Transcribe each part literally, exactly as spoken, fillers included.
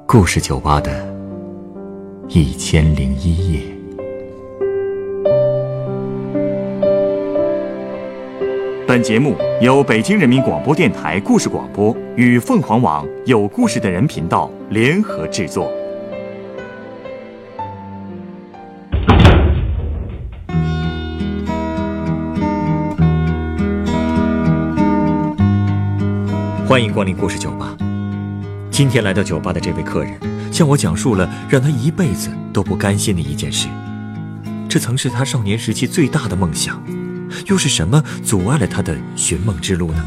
故事酒吧的一千零一夜。本节目由北京人民广播电台故事广播与凤凰网有故事的人频道联合制作。欢迎光临故事酒吧。今天来到酒吧的这位客人向我讲述了让他一辈子都不甘心的一件事，这曾是他少年时期最大的梦想，又是什么阻碍了他的寻梦之路呢？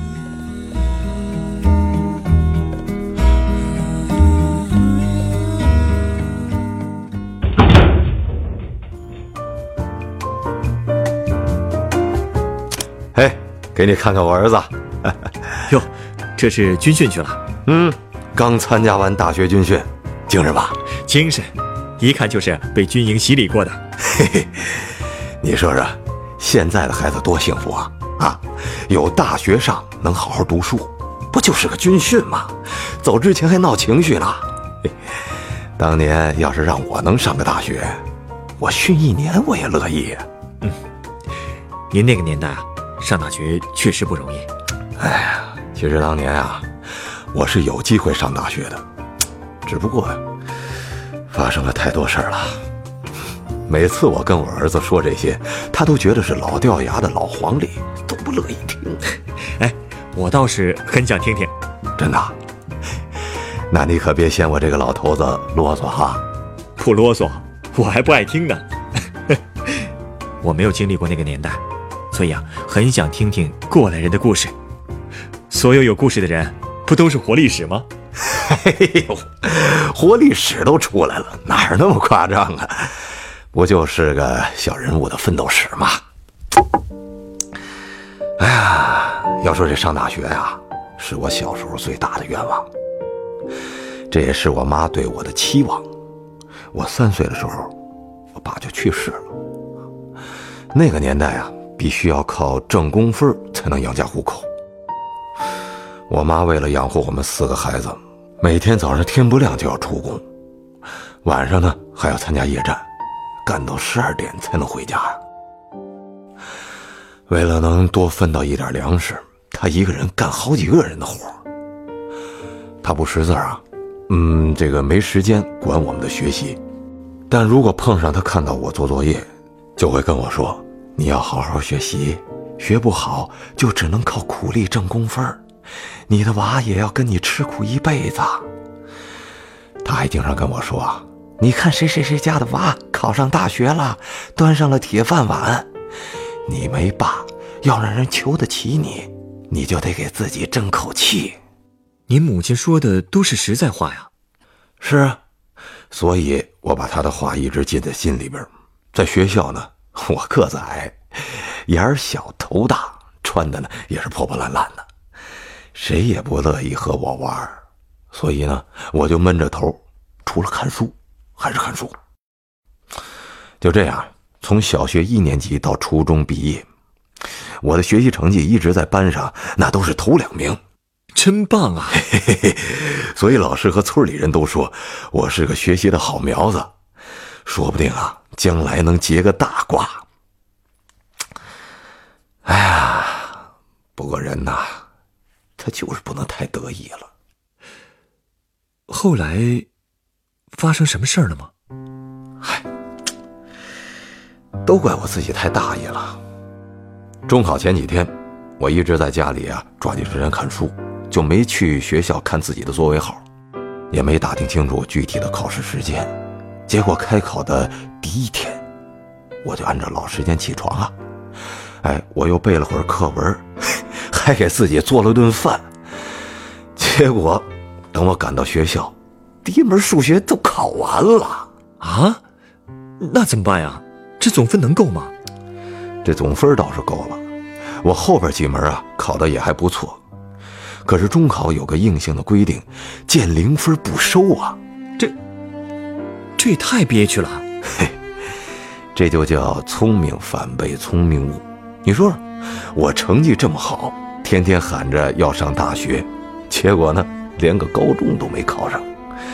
哎，给你看看我儿子。 哟，这是军训去了？ 嗯，刚参加完大学军训，精神吧？ 精神，一看就是被军营洗礼过的。 嘿嘿，你说说，现在的孩子多幸福啊！啊，有大学上，能好好读书，不就是个军训吗？走之前还闹情绪呢。嘿，当年要是让我能上个大学，我训一年我也乐意。 嗯，您那个年代啊，上大学确实不容易。 哎呀，其实当年啊，我是有机会上大学的，只不过发生了太多事儿了。每次我跟我儿子说这些，他都觉得是老掉牙的老黄历，都不乐意听。 哎，我倒是很想听听。 真的？那你可别嫌我这个老头子啰嗦哈。 不啰嗦，我还不爱听呢。我没有经历过那个年代，所以啊，很想听听过来人的故事。所有有故事的人不都是活历史吗？ 哎呦，活历史都出来了，哪儿那么夸张啊？不就是个小人物的奋斗史吗？哎呀，要说这上大学呀，是我小时候最大的愿望，这也是我妈对我的期望。我三岁的时候，我爸就去世了。那个年代啊，必须要靠挣工分才能养家糊口。我妈为了养活我们四个孩子，每天早上天不亮就要出工，晚上呢还要参加夜战，干到十二点才能回家。为了能多分到一点粮食，她一个人干好几个人的活。她不识字啊，嗯，这个没时间管我们的学习，但如果碰上她看到我做作业，就会跟我说：“你要好好学习，学不好就只能靠苦力挣工分，你的娃也要跟你吃苦一辈子。”他还经常跟我说：“你看谁谁谁家的娃考上大学了，端上了铁饭碗，你没爸，要让人求得起你，你就得给自己争口气。” 您母亲说的都是实在话呀。 是啊，所以我把她的话一直记在心里边。在学校呢，我个子矮，眼儿小头大，穿的呢也是破破烂烂的，谁也不乐意和我玩，所以呢，我就闷着头，除了看书还是看书。就这样，从小学一年级到初中毕业，我的学习成绩一直在班上那都是头两名。 真棒啊！ 嘿嘿嘿，所以老师和村里人都说我是个学习的好苗子，说不定啊，将来能结个大瓜。哎呀，不过人呐，他就是不能太得意了。 后来发生什么事儿了吗？ 嗨，都怪我自己太大意了。中考前几天，我一直在家里啊抓紧时间看书，就没去学校看自己的座位号，也没打听清楚具体的考试时间。结果开考的第一天，我就按照老时间起床啊，哎，我又背了会儿课文，还给自己做了顿饭。结果等我赶到学校，第一门数学都考完了。 啊？那怎么办呀？这总分能够吗？ 这总分倒是够了，我后边几门啊考的也还不错。可是中考有个硬性的规定，见零分不收啊。 这这也太憋屈了。 嘿，这就叫聪明反被聪明误。你说我成绩这么好，天天喊着要上大学，结果呢连个高中都没考上，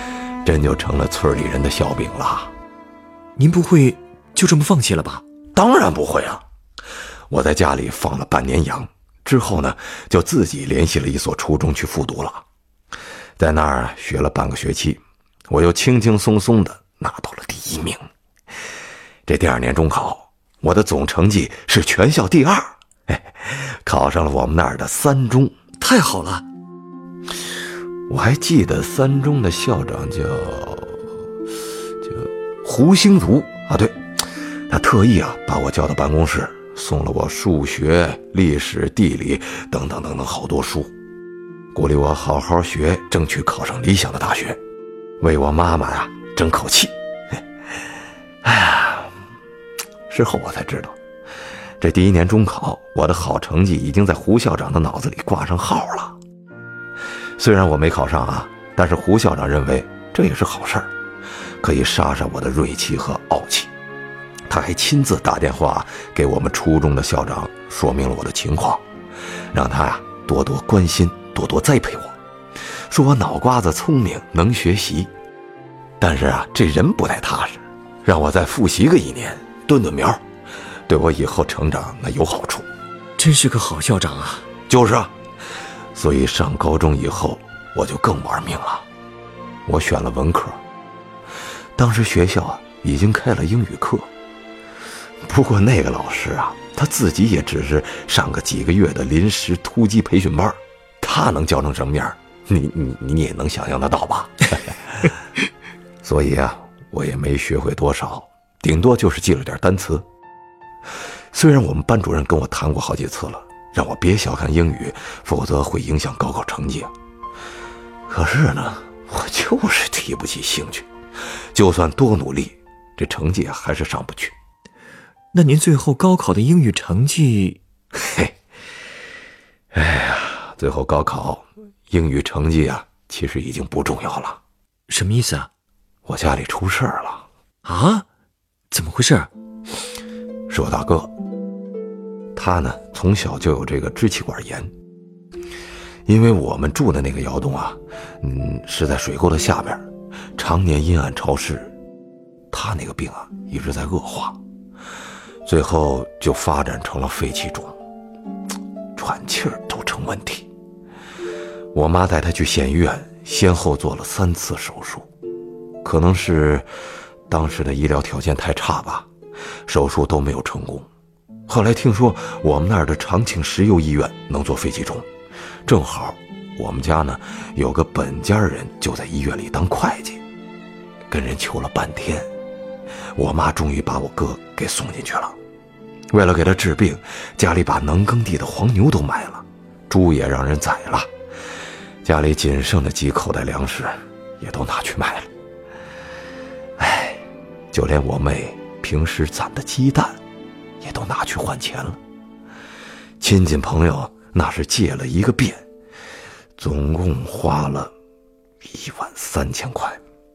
真就成了村里人的笑柄了。 您不会就这么放弃了吧？ 当然不会啊！我在家里放了半年羊，之后呢，就自己联系了一所初中去复读了。在那儿学了半个学期，我又轻轻松松的拿到了第一名。这第二年中考，我的总成绩是全校第二，考上了我们那儿的三中。 太好了！ 我还记得三中的校长叫叫胡兴族啊，对，他特意啊把我叫到办公室，送了我数学、历史、地理等等等等好多书，鼓励我好好学，争取考上理想的大学，为我妈妈啊争口气。哎呀，事后我才知道，这第一年中考，我的好成绩已经在胡校长的脑子里挂上号了。虽然我没考上啊，但是胡校长认为这也是好事儿，可以杀杀我的锐气和傲气。他还亲自打电话给我们初中的校长，说明了我的情况，让他呀多多关心，多多栽培我，说我脑瓜子聪明，能学习，但是啊这人不太踏实，让我再复习个一年，炖炖苗，对我以后成长那有好处。 真是个好校长啊！ 就是啊，所以上高中以后我就更玩命了。我选了文科，当时学校啊已经开了英语课，不过那个老师啊，他自己也只是上个几个月的临时突击培训班，他能教成什么样，你你你也能想象得到吧？所以啊，我也没学会多少，顶多就是记了点单词。虽然我们班主任跟我谈过好几次了，让我别小看英语，否则会影响高考成绩。可是呢，我就是提不起兴趣，就算多努力，这成绩还是上不去。 那您最后高考的英语成绩？ 嘿，哎呀，最后高考英语成绩啊，其实已经不重要了。 什么意思啊？ 我家里出事儿了。 啊？怎么回事？ 是我大哥，他呢从小就有这个支气管炎。因为我们住的那个窑洞啊，嗯，是在水沟的下边，常年阴暗潮湿，他那个病啊一直在恶化，最后就发展成了肺气肿，喘气儿都成问题。我妈带他去县医院，先后做了三次手术，可能是当时的医疗条件太差吧，手术都没有成功。后来听说我们那儿的长庆石油医院能做肺气肿，正好我们家呢有个本家人就在医院里当会计，跟人求了半天，我妈终于把我哥给送进去了。为了给他治病，家里把能耕地的黄牛都卖了，猪也让人宰了，家里仅剩的几口袋粮食也都拿去卖了。唉，就连我妹平时攒的鸡蛋也都拿去换钱了，亲戚朋友那是借了一个遍，总共花了一万三千块。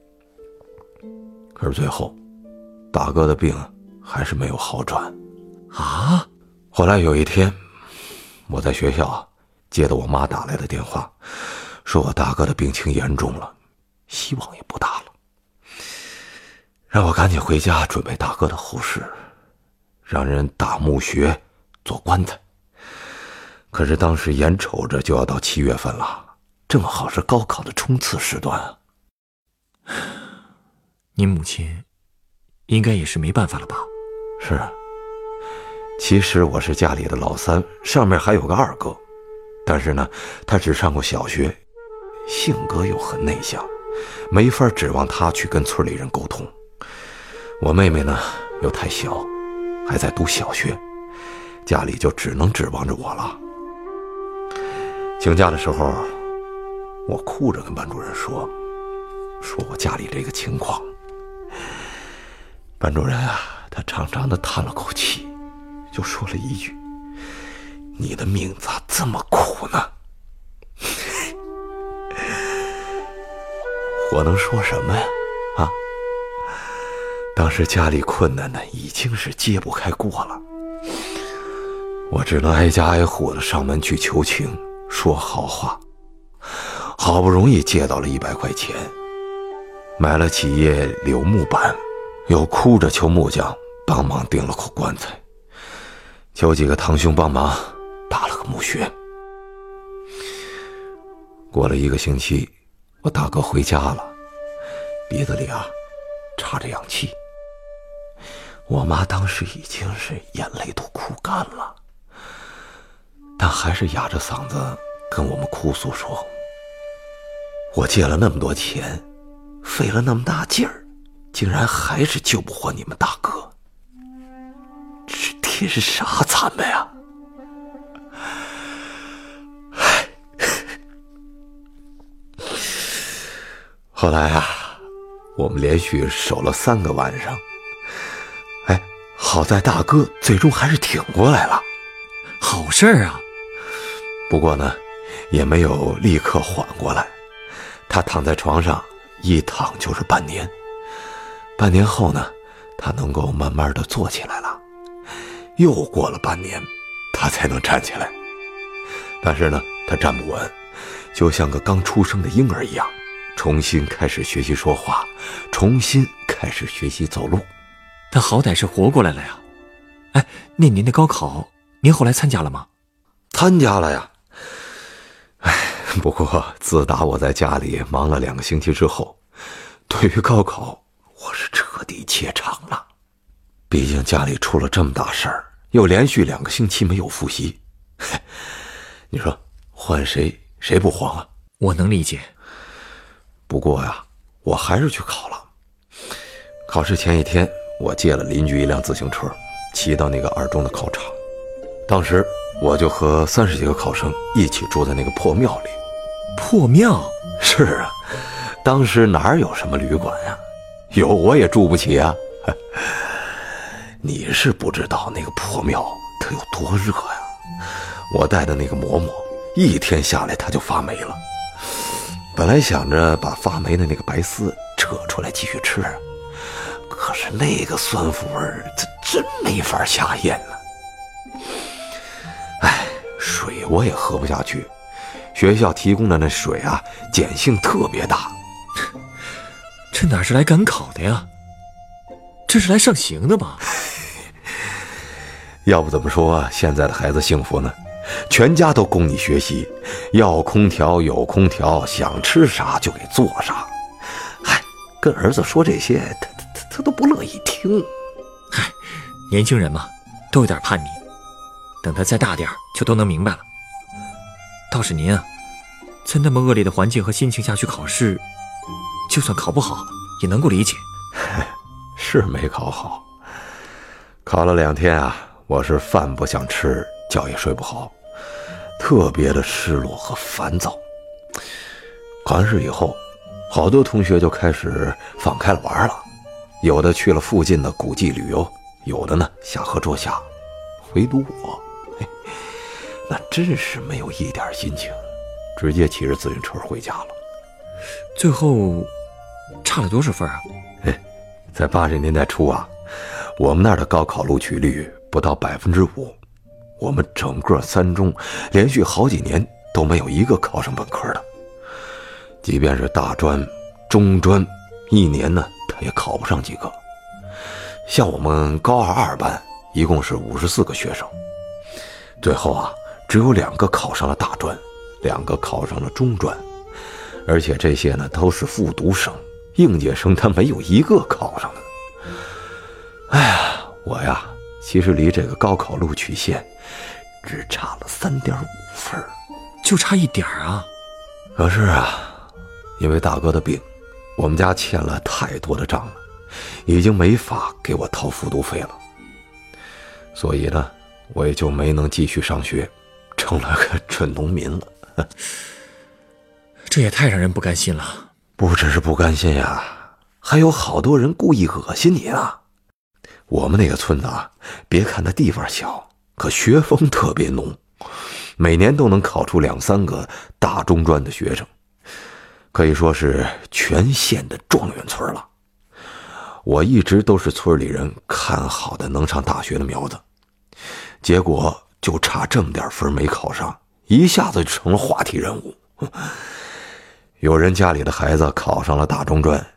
可是最后大哥的病还是没有好转啊。 后来有一天，我在学校接到我妈打来的电话，说我大哥的病情严重了，希望也不大了，让我赶紧回家准备大哥的后事，让人打墓穴做棺材。可是当时眼瞅着就要到七月份了，正好是高考的冲刺时段啊。 您母亲应该也是没办法了吧？ 是啊，其实我是家里的老三，上面还有个二哥，但是呢他只上过小学，性格又很内向，没法指望他去跟村里人沟通。我妹妹呢又太小，还在读小学，家里就只能指望着我了。请假的时候，我哭着跟班主任说说我家里这个情况。班主任啊，他长长的叹了口气，就说了一句：“你的命咋这么苦呢？”我能说什么呀？啊！当时家里困难的已经是揭不开锅了，我只能挨家挨户的上门去求情，说好话。好不容易借到了一百块钱， 买了几页柳木板，又哭着求木匠帮忙钉了口棺材，求几个堂兄帮忙打了个墓穴。过了一个星期，我大哥回家了，鼻子里啊插着氧气。我妈当时已经是眼泪都哭干了，但还是哑着嗓子跟我们哭诉说，我借了那么多钱，费了那么大劲儿，竟然还是救不活你们大哥，这天杀咱们呀！后来啊，我们连续守了三个晚上，哎，好在大哥最终还是挺过来了， 好事儿啊。 不过呢，也没有立刻缓过来，他躺在床上一躺就是半年。半年后呢，他能够慢慢的坐起来了，又过了半年，他才能站起来。但是呢，他站不稳，就像个刚出生的婴儿一样，重新开始学习说话，重新开始学习走路。 他好歹是活过来了呀。哎，那年的高考您后来参加了吗？ 参加了呀。哎，不过自打我在家里忙了两个星期之后，对于高考我是彻底怯场了。毕竟家里出了这么大事儿，又连续两个星期没有复习，你说换谁谁不慌啊？ 我能理解。 不过呀，我还是去考了。考试前一天，我借了邻居一辆自行车，骑到那个二中的考场。当时我就和三十几个考生一起住在那个破庙里。 破庙？ 是啊，当时哪有什么旅馆呀？有我也住不起啊。你是不知道那个破庙它有多热呀。我带的那个馍馍一天下来它就发霉了。本来想着把发霉的那个白丝扯出来继续吃，可是那个酸腐味儿这真没法下咽了。哎，水我也喝不下去，学校提供的那水啊碱性特别大。 这哪是来赶考的呀，这是来上刑的吧？ 要不怎么说现在的孩子幸福呢？全家都供你学习，要空调有空调，想吃啥就给做啥。嗨，跟儿子说这些他他他都不乐意听。 嗨，年轻人嘛都有点叛逆，等他再大点就都能明白了。倒是您啊，在那么恶劣的环境和心情下去考试，就算考不好也能够理解。 是没考好，考了两天啊，我是饭不想吃，觉也睡不好，特别的失落和烦躁。考完试以后，好多同学就开始放开了玩了，有的去了附近的古迹旅游，有的呢下河捉虾，唯独我，嘿，那真是没有一点心情，直接骑着自行车回家了。 最后差了多少分啊？ 嘿，在八十年代初啊，我们那儿的高考录取率不到百分之五，我们整个三中连续好几年都没有一个考上本科的，即便是大专、中专，一年呢他也考不上几个。像我们高二二班一共是五十四个学生，最后啊只有两个考上了大专，两个考上了中专，而且这些呢都是复读生，应届生他没有一个考上的。哎呀，我呀其实离这个高考录取线只差了三点五分， 就差一点啊。 可是啊，因为大哥的病，我们家欠了太多的账了，已经没法给我掏复读费了，所以呢我也就没能继续上学，成了个蠢农民了。 这也太让人不甘心了。 不只是不甘心呀，还有好多人故意恶心你呢。我们那个村子啊，别看它地方小，可学风特别浓，每年都能考出两三个大中专的学生，可以说是全县的状元村了。我一直都是村里人看好的能上大学的苗子，结果就差这么点分没考上，一下子就成了话题人物。有人家里的孩子考上了大中专，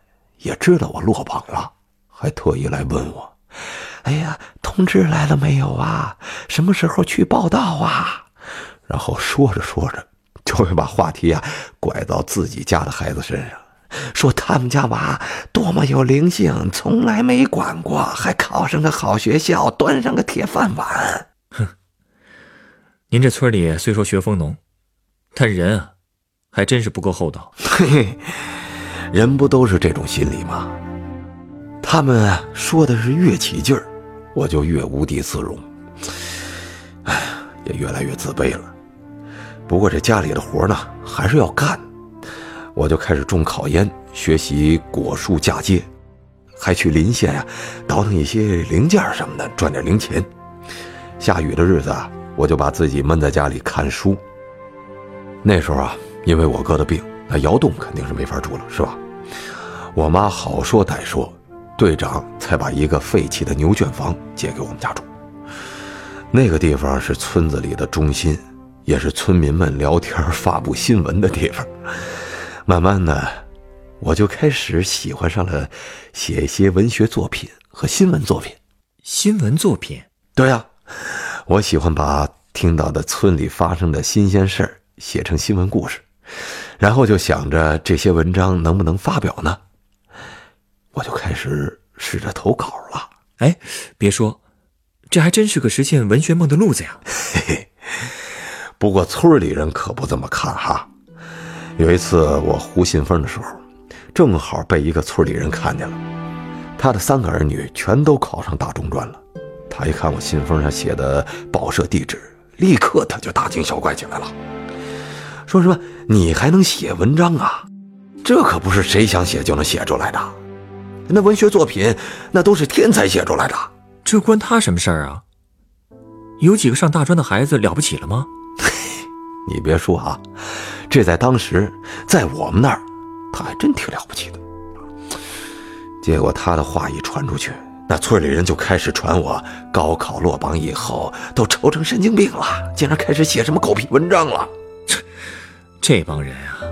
也知道我落榜了，还特意来问我，哎呀，通知来了没有啊？什么时候去报到啊？然后说着说着就会把话题啊拐到自己家的孩子身上，说他们家娃多么有灵性，从来没管过，还考上个好学校，端上个铁饭碗。 哼，您这村里虽说学风浓，但人啊还真是不够厚道。 嘿嘿，人不都是这种心理吗？他们说的是越起劲儿，我就越无地自容，哎呀，也越来越自卑了。不过这家里的活呢还是要干，我就开始种考研，学习果树嫁接，还去邻县啊倒腾一些零件什么的，赚点零钱。下雨的日子啊，我就把自己闷在家里看书。那时候啊，因为我哥的病，那窑洞肯定是没法住了，是吧？我妈好说歹说，队长才把一个废弃的牛圈房借给我们家住。那个地方是村子里的中心，也是村民们聊天发布新闻的地方。慢慢的，我就开始喜欢上了写一些文学作品和新闻作品。 新闻作品？ 对啊，我喜欢把听到的村里发生的新鲜事儿写成新闻故事，然后就想着这些文章能不能发表呢？我就开始试着投稿了。 哎，别说，这还真是个实现文学梦的路子呀。 嘿嘿，不过村里人可不这么看哈。有一次我胡信封的时候，正好被一个村里人看见了，他的三个儿女全都考上大中专了。他一看我信封上写的报社地址，立刻他就大惊小怪起来了，说什么你还能写文章啊？这可不是谁想写就能写出来的，那文学作品那都是天才写出来的。 这关他什么事儿啊？有几个上大专的孩子了不起了吗？ 你别说啊，这在当时在我们那儿他还真挺了不起的。结果他的话一传出去，那村里人就开始传我高考落榜以后都愁成神经病了，竟然开始写什么狗屁文章了。 这帮人啊。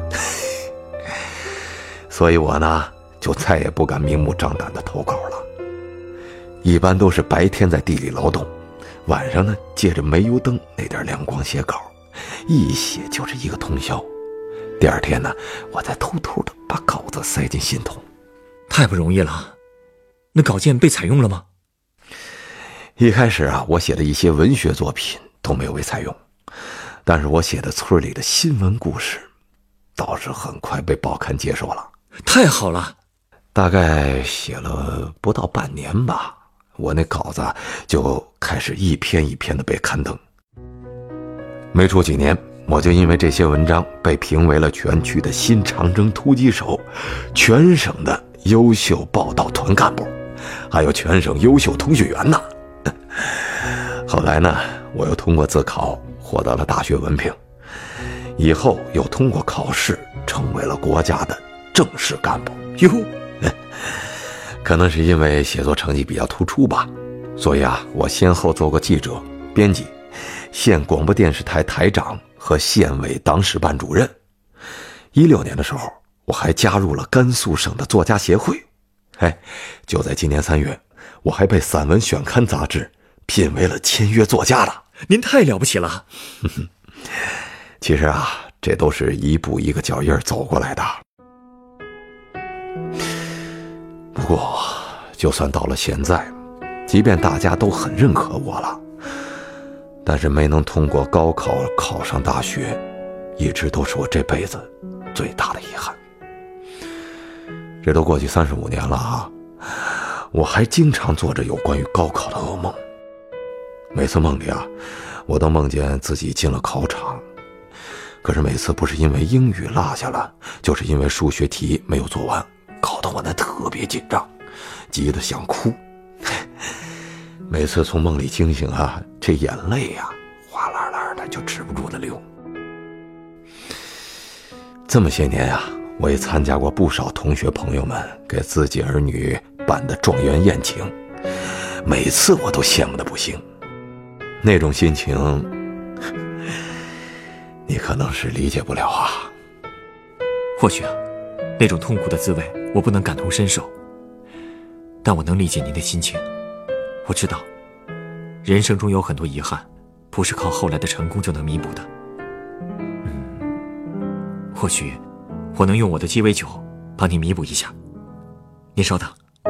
所以我呢就再也不敢明目张胆的投稿了，一般都是白天在地里劳动，晚上呢借着煤油灯那点亮光写稿，一写就是一个通宵。第二天呢，我再偷偷的把稿子塞进信筒。 太不容易了。那稿件被采用了吗？ 一开始啊，我写的一些文学作品都没有被采用，但是我写的村里的新闻故事倒是很快被报刊接受了。 太好了。 大概写了不到半年吧，我那稿子就开始一篇一篇的被刊登。没出几年，我就因为这些文章被评为了全区的新长征突击手，全省的优秀报道团干部，还有全省优秀通讯员呢。后来呢，我又通过自考获得了大学文凭，以后又通过考试成为了国家的正式干部。哟，可能是因为写作成绩比较突出吧，所以啊，我先后做过记者、编辑、县广播电视台台长和县委党史办主任。一六年的时候，我还加入了甘肃省的作家协会。哎，就在今年三月，我还被散文选刊杂志聘为了签约作家了。 您太了不起了。 其实啊，这都是一步一个脚印走过来的。不过就算到了现在，即便大家都很认可我了，但是没能通过高考考上大学，一直都是我这辈子最大的遗憾。这都过去三十五年了啊，我还经常做着有关于高考的噩梦。每次梦里啊，我都梦见自己进了考场，可是每次不是因为英语落下了，就是因为数学题没有做完，搞得我那特别紧张，急得想哭。每次从梦里惊醒啊，这眼泪啊哗啦啦的就止不住的流。这么些年啊，我也参加过不少同学朋友们给自己儿女办的状元宴请，每次我都羡慕的不行。那种心情你可能是理解不了啊。 或许啊， 那种痛苦的滋味我不能感同身受，但我能理解您的心情。我知道人生中有很多遗憾不是靠后来的成功就能弥补的。嗯，或许我能用我的鸡尾酒帮你弥补一下。您稍等。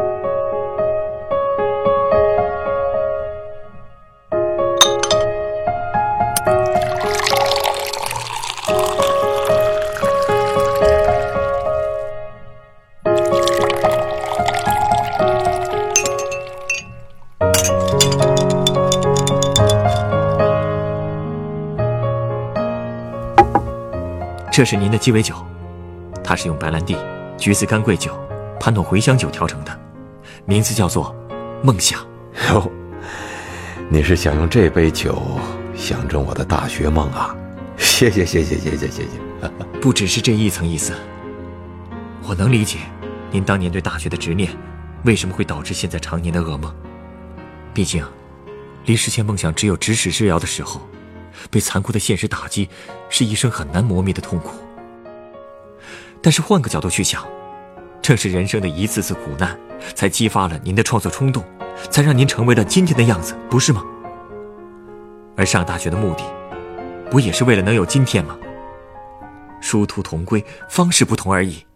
这是您的鸡尾酒，它是用白兰地、橘子干桂酒、潘诺茴香酒调成的，名字叫做梦想。 哟，你是想用这杯酒象征我的大学梦啊？谢谢谢谢谢谢谢谢。 不只是这一层意思，我能理解您当年对大学的执念为什么会导致现在常年的噩梦。毕竟离实现梦想只有咫尺之遥的时候，被残酷的现实打击是一生很难磨灭的痛苦。但是换个角度去想，正是人生的一次次苦难才激发了您的创作冲动，才让您成为了今天的样子，不是吗？而上大学的目的不也是为了能有今天吗？殊途同归，方式不同而已。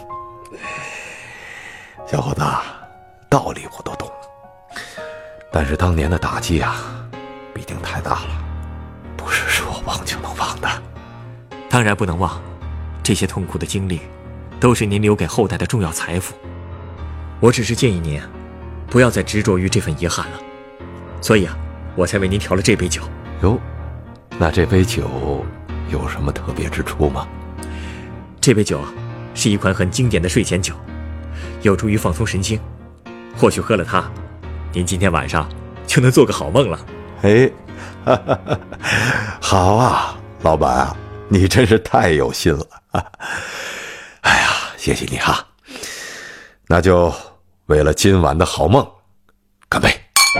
小伙子，道理我都懂，但是当年的打击啊毕竟太大了，不是说忘就能忘的。 当然不能忘，这些痛苦的经历都是您留给后代的重要财富。我只是建议您不要再执着于这份遗憾了，所以啊，我才为您调了这杯酒。 哟，那这杯酒有什么特别之处吗？ 这杯酒啊，是一款很经典的睡前酒，有助于放松神经。或许喝了它，您今天晚上就能做个好梦了。 哎，哈哈哈，好啊，老板啊，你真是太有心了。哎呀，谢谢你哈。那就为了今晚的好梦，干杯！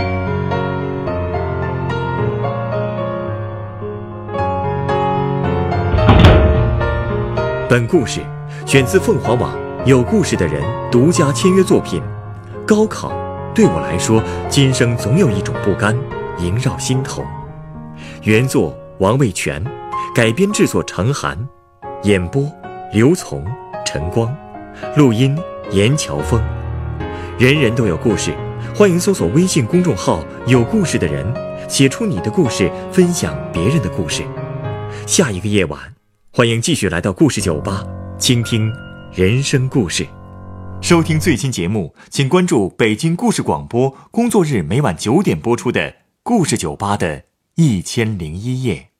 本故事选自凤凰网有故事的人独家签约作品《高考对我来说，今生总有一种不甘萦绕心头》，原作王卫全，改编制作程涵，演播刘从、陈光，录音严乔峰。人人都有故事，欢迎搜索微信公众号有故事的人，写出你的故事，分享别人的故事。下一个夜晚，欢迎继续来到故事酒吧，倾听人生故事。收听最新节目，请关注北京故事广播，工作日每晚九点播出的故事酒吧的一千零一夜。